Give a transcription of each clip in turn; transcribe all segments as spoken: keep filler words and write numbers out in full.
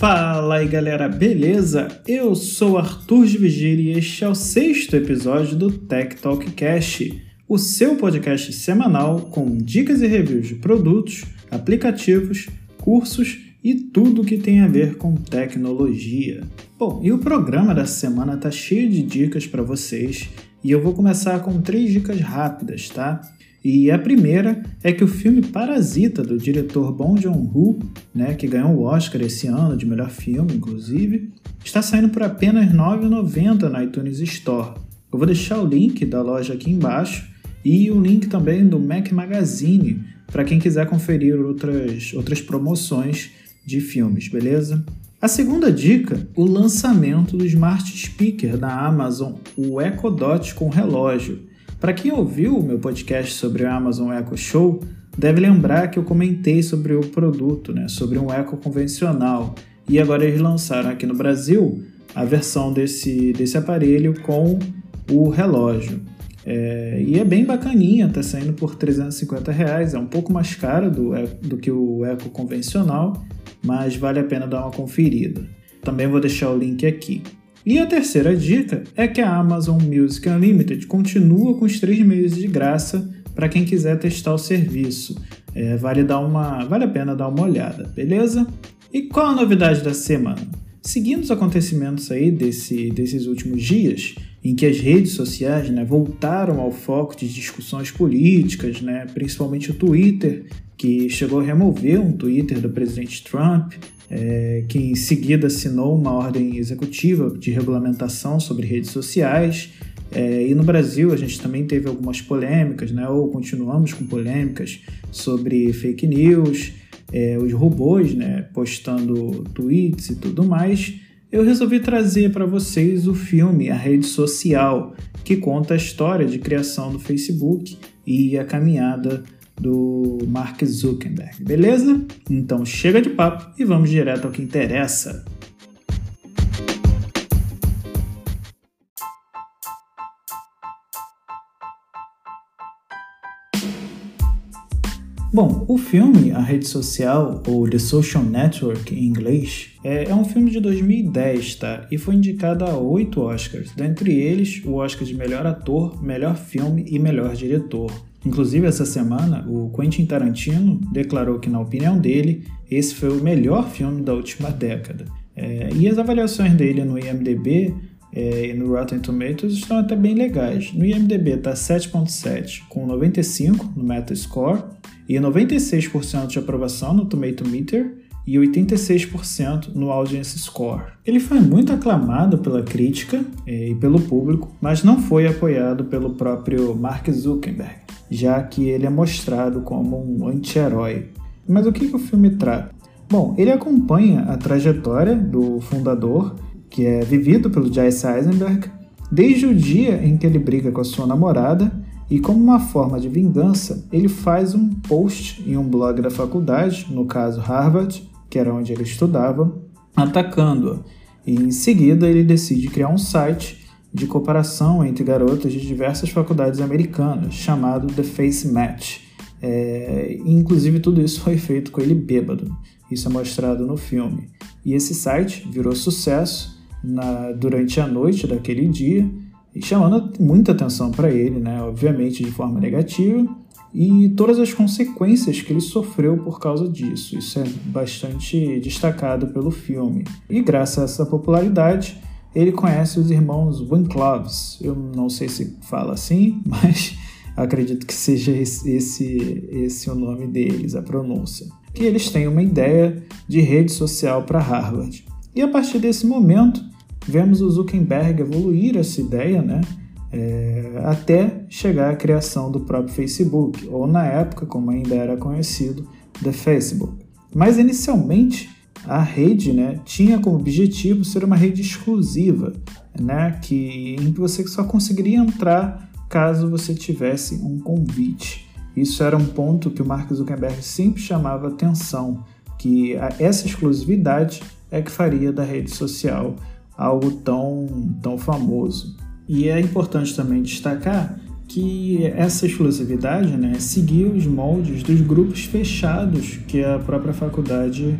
Fala aí galera, beleza? Eu sou Arthur de Vigília e este é o sexto episódio do Tech Talk Cast, o seu podcast semanal com dicas e reviews de produtos, aplicativos, cursos e tudo que tem a ver com tecnologia. Bom, e o programa dessa semana tá cheio de dicas para vocês e eu vou começar com três dicas rápidas, tá? E a primeira é que o filme Parasita, do diretor Bong Joon-ho, né, que ganhou o Oscar esse ano de melhor filme, inclusive, está saindo por apenas nove reais e noventa centavos na iTunes Store. Eu vou deixar o link da loja aqui embaixo e o link também do Mac Magazine para quem quiser conferir outras, outras promoções de filmes, beleza? A segunda dica, o lançamento do Smart Speaker da Amazon, o Echo Dot com relógio. Para quem ouviu o meu podcast sobre o Amazon Echo Show, deve lembrar que eu comentei sobre o produto, né, sobre um Echo convencional. E agora eles lançaram aqui no Brasil a versão desse, desse aparelho com o relógio. É, e é bem bacaninha, está saindo por trezentos e cinquenta reais, é um pouco mais caro do, do que o Echo convencional, mas vale a pena dar uma conferida. Também vou deixar o link aqui. E a terceira dica é que a Amazon Music Unlimited continua com os três meses de graça para quem quiser testar o serviço. É, vale, dar uma, vale a pena dar uma olhada, beleza? E qual a novidade da semana? Seguindo os acontecimentos aí desse, desses últimos dias, em que as redes sociais, né, voltaram ao foco de discussões políticas, né, principalmente o Twitter, que chegou a remover um Twitter do presidente Trump, É, que em seguida assinou uma ordem executiva de regulamentação sobre redes sociais. É, e no Brasil a gente também teve algumas polêmicas, né, ou continuamos com polêmicas sobre fake news, é, os robôs, né, postando tweets e tudo mais. Eu resolvi trazer para vocês o filme A Rede Social, que conta a história de criação do Facebook e a caminhada do Mark Zuckerberg, beleza? Então chega de papo e vamos direto ao que interessa. Bom, o filme A Rede Social, ou The Social Network em inglês, é, é um filme de dois mil e dez, tá? E foi indicado a oito Oscars, dentre eles o Oscar de melhor ator, melhor filme e melhor diretor. Inclusive, essa semana, o Quentin Tarantino declarou que, na opinião dele, esse foi o melhor filme da última década. É, e as avaliações dele no I M D B é, e no Rotten Tomatoes estão até bem legais. No I M D B está sete ponto sete, com noventa e cinco no Metascore, e noventa e seis por cento de aprovação no Tomato Meter e oitenta e seis por cento no Audience Score. Ele foi muito aclamado pela crítica é, e pelo público, mas não foi apoiado pelo próprio Mark Zuckerberg, já que ele é mostrado como um anti-herói. Mas o que, que o filme trata? Bom, ele acompanha a trajetória do fundador, que é vivido pelo Jesse Eisenberg, desde o dia em que ele briga com a sua namorada, e como uma forma de vingança, ele faz um post em um blog da faculdade, no caso Harvard, que era onde ele estudava, atacando-a. E em seguida ele decide criar um site de comparação entre garotas de diversas faculdades americanas, chamado The Face Match. É, inclusive tudo isso foi feito com ele bêbado. Isso é mostrado no filme. E esse site virou sucesso na, durante a noite daquele dia, e chamando muita atenção para ele, né? Obviamente de forma negativa, e todas as consequências que ele sofreu por causa disso. Isso é bastante destacado pelo filme. E graças a essa popularidade, ele conhece os irmãos Winklevoss. Eu não sei se fala assim, mas acredito que seja esse, esse, esse o nome deles, a pronúncia. Que eles têm uma ideia de rede social para Harvard. E a partir desse momento, vemos o Zuckerberg evoluir essa ideia, né, é, até chegar à criação do próprio Facebook, ou na época, como ainda era conhecido, The Facebook. Mas inicialmente, a rede, né, tinha como objetivo ser uma rede exclusiva, né, que, em que você só conseguiria entrar caso você tivesse um convite. Isso era um ponto que o Mark Zuckerberg sempre chamava atenção, que essa exclusividade é que faria da rede social algo tão, tão famoso. E é importante também destacar que essa exclusividade, né, seguia os moldes dos grupos fechados que a própria faculdade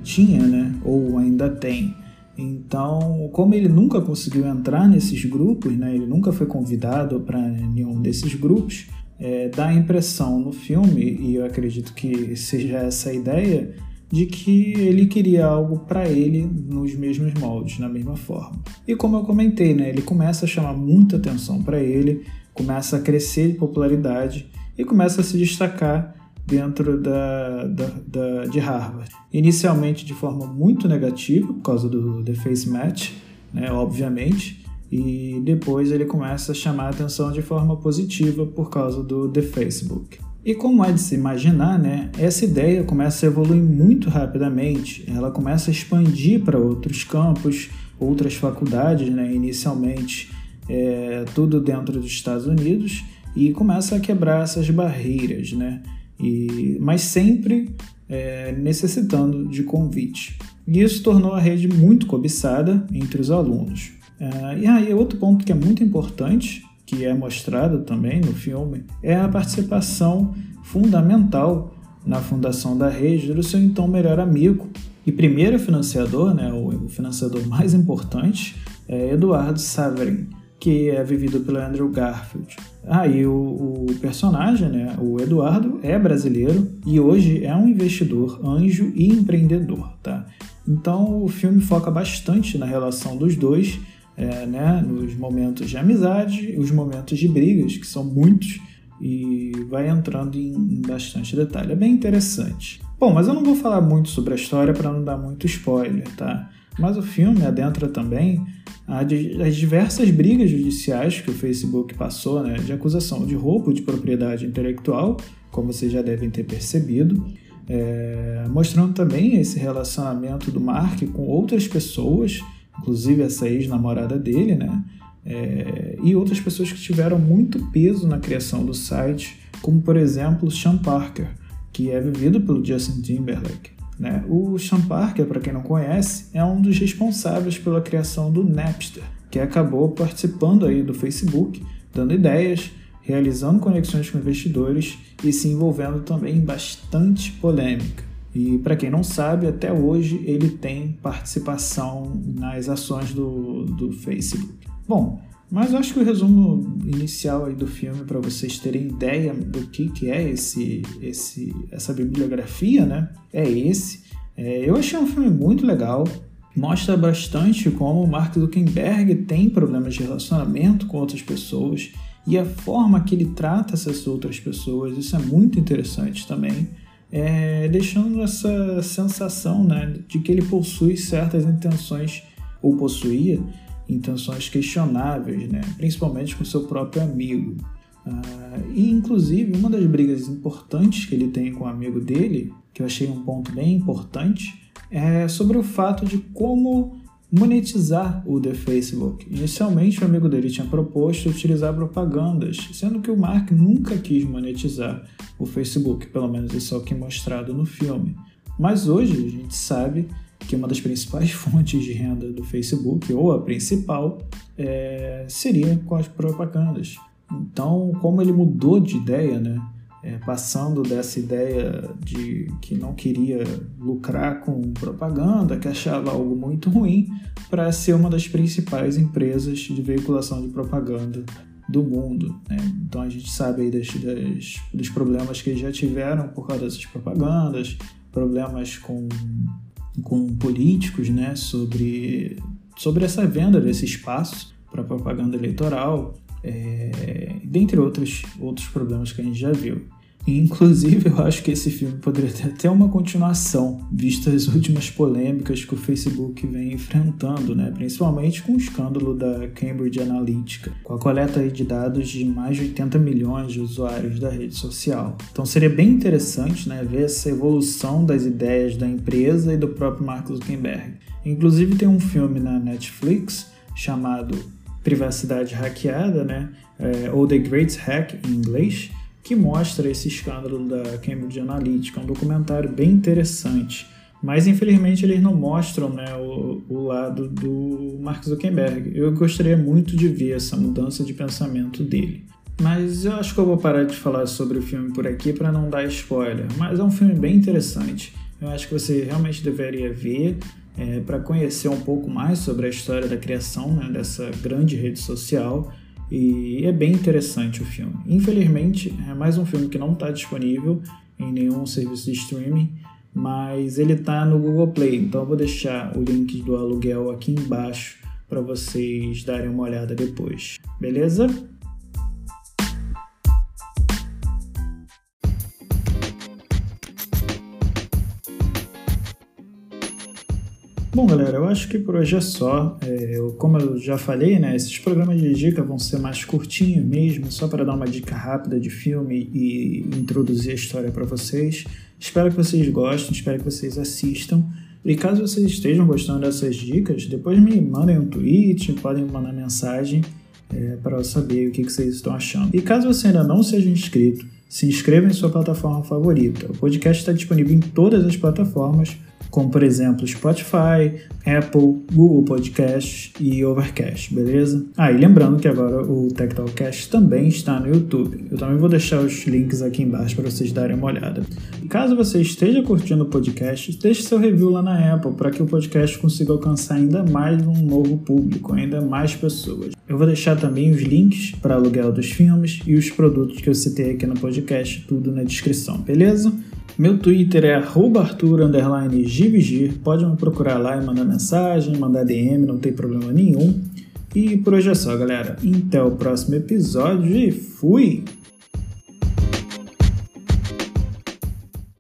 tinha, né, ou ainda tem. Então, como ele nunca conseguiu entrar nesses grupos, né, ele nunca foi convidado para nenhum desses grupos, é, dá a impressão no filme, e eu acredito que seja essa a ideia, de que ele queria algo para ele nos mesmos moldes, na mesma forma. E como eu comentei, né, ele começa a chamar muita atenção para ele, começa a crescer de popularidade e começa a se destacar dentro da, da, da, de Harvard. Inicialmente de forma muito negativa, por causa do The Face Match, né, obviamente, e depois ele começa a chamar a atenção de forma positiva por causa do The Facebook. E como é de se imaginar, né, essa ideia começa a evoluir muito rapidamente, ela começa a expandir para outros campos, outras faculdades, né, inicialmente é, tudo dentro dos Estados Unidos, e começa a quebrar essas barreiras, né, e, mas sempre é, necessitando de convite. E isso tornou a rede muito cobiçada entre os alunos. É, e aí outro ponto que é muito importante, que é mostrado também no filme, é a participação fundamental na fundação da rede do seu então melhor amigo e primeiro financiador, né, o financiador mais importante, é Eduardo Saverin, que é vivido pelo Andrew Garfield. Aí ah, o, o personagem, né, o Eduardo, é brasileiro e hoje é um investidor, anjo e empreendedor, tá? Então o filme foca bastante na relação dos dois, É, né, nos momentos de amizade, os momentos de brigas, que são muitos, e vai entrando em, em bastante detalhe. É bem interessante. Bom, mas eu não vou falar muito sobre a história para não dar muito spoiler, tá? Mas o filme adentra também as diversas brigas judiciais que o Facebook passou, né, de acusação de roubo de propriedade intelectual, como vocês já devem ter percebido, é, mostrando também esse relacionamento do Mark com outras pessoas, inclusive essa ex-namorada dele, né? É, e outras pessoas que tiveram muito peso na criação do site, como, por exemplo, Sean Parker, que é vivido pelo Justin Timberlake, né? O Sean Parker, para quem não conhece, é um dos responsáveis pela criação do Napster, que acabou participando aí do Facebook, dando ideias, realizando conexões com investidores e se envolvendo também em bastante polêmica. E para quem não sabe, até hoje ele tem participação nas ações do, do Facebook. Bom, mas eu acho que o resumo inicial aí do filme, para vocês terem ideia do que, que é esse, esse, essa bibliografia, né, é esse. É, eu achei um filme muito legal, mostra bastante como o Mark Zuckerberg tem problemas de relacionamento com outras pessoas e a forma que ele trata essas outras pessoas, isso é muito interessante também. É, deixando essa sensação, né, de que ele possui certas intenções, ou possuía intenções questionáveis, né, principalmente com seu próprio amigo. Ah, e, inclusive, uma das brigas importantes que ele tem com o amigo dele, que eu achei um ponto bem importante, é sobre o fato de como monetizar o The Facebook. Inicialmente, o amigo dele tinha proposto utilizar propagandas, sendo que o Mark nunca quis monetizar o Facebook, pelo menos isso é o que é mostrado no filme. Mas hoje a gente sabe que uma das principais fontes de renda do Facebook, ou a principal, é, seria com as propagandas. Então, como ele mudou de ideia, né? É, passando dessa ideia de que não queria lucrar com propaganda, que achava algo muito ruim, para ser uma das principais empresas de veiculação de propaganda do mundo, né? Então a gente sabe aí das, das, dos problemas que eles já tiveram por causa dessas propagandas, problemas com, com políticos, né? sobre, sobre essa venda desse espaço para propaganda eleitoral, É, dentre outros, outros problemas que a gente já viu. E, inclusive, eu acho que esse filme poderia ter até uma continuação, visto as últimas polêmicas que o Facebook vem enfrentando, né? Principalmente com o escândalo da Cambridge Analytica, com a coleta aí de dados de mais de oitenta milhões de usuários da rede social. Então seria bem interessante, né, ver essa evolução das ideias da empresa e do próprio Mark Zuckerberg. Inclusive tem um filme na Netflix chamado Privacidade Hackeada, né? É, ou The Great Hack em inglês, que mostra esse escândalo da Cambridge Analytica, um documentário bem interessante, mas infelizmente eles não mostram, né, o, o lado do Mark Zuckerberg. Eu gostaria muito de ver essa mudança de pensamento dele. Mas eu acho que eu vou parar de falar sobre o filme por aqui para não dar spoiler, mas é um filme bem interessante. Eu acho que você realmente deveria ver é, para conhecer um pouco mais sobre a história da criação, né, dessa grande rede social. E é bem interessante o filme. Infelizmente, é mais um filme que não está disponível em nenhum serviço de streaming, mas ele está no Google Play, então eu vou deixar o link do aluguel aqui embaixo para vocês darem uma olhada depois. Beleza? Bom, galera, eu acho que por hoje é só. É, eu, como eu já falei, né, esses programas de dica vão ser mais curtinhos mesmo, só para dar uma dica rápida de filme e introduzir a história para vocês. Espero que vocês gostem, espero que vocês assistam. E caso vocês estejam gostando dessas dicas, depois me mandem um tweet, podem me mandar mensagem é, para eu saber o que, que vocês estão achando. E caso você ainda não seja inscrito, se inscreva em sua plataforma favorita. O podcast está disponível em todas as plataformas, como por exemplo Spotify, Apple, Google Podcasts e Overcast, beleza? Ah, e lembrando que agora o Tech Talkcast também está no YouTube. Eu também vou deixar os links aqui embaixo para vocês darem uma olhada. E caso você esteja curtindo o podcast, deixe seu review lá na Apple para que o podcast consiga alcançar ainda mais um novo público, ainda mais pessoas. Eu vou deixar também os links para aluguel dos filmes e os produtos que eu citei aqui no podcast, tudo na descrição, beleza? Meu Twitter é arroba arthur underline gvgir, pode me procurar lá e mandar mensagem, mandar D M, não tem problema nenhum. E por hoje é só, galera. Até o próximo episódio e fui!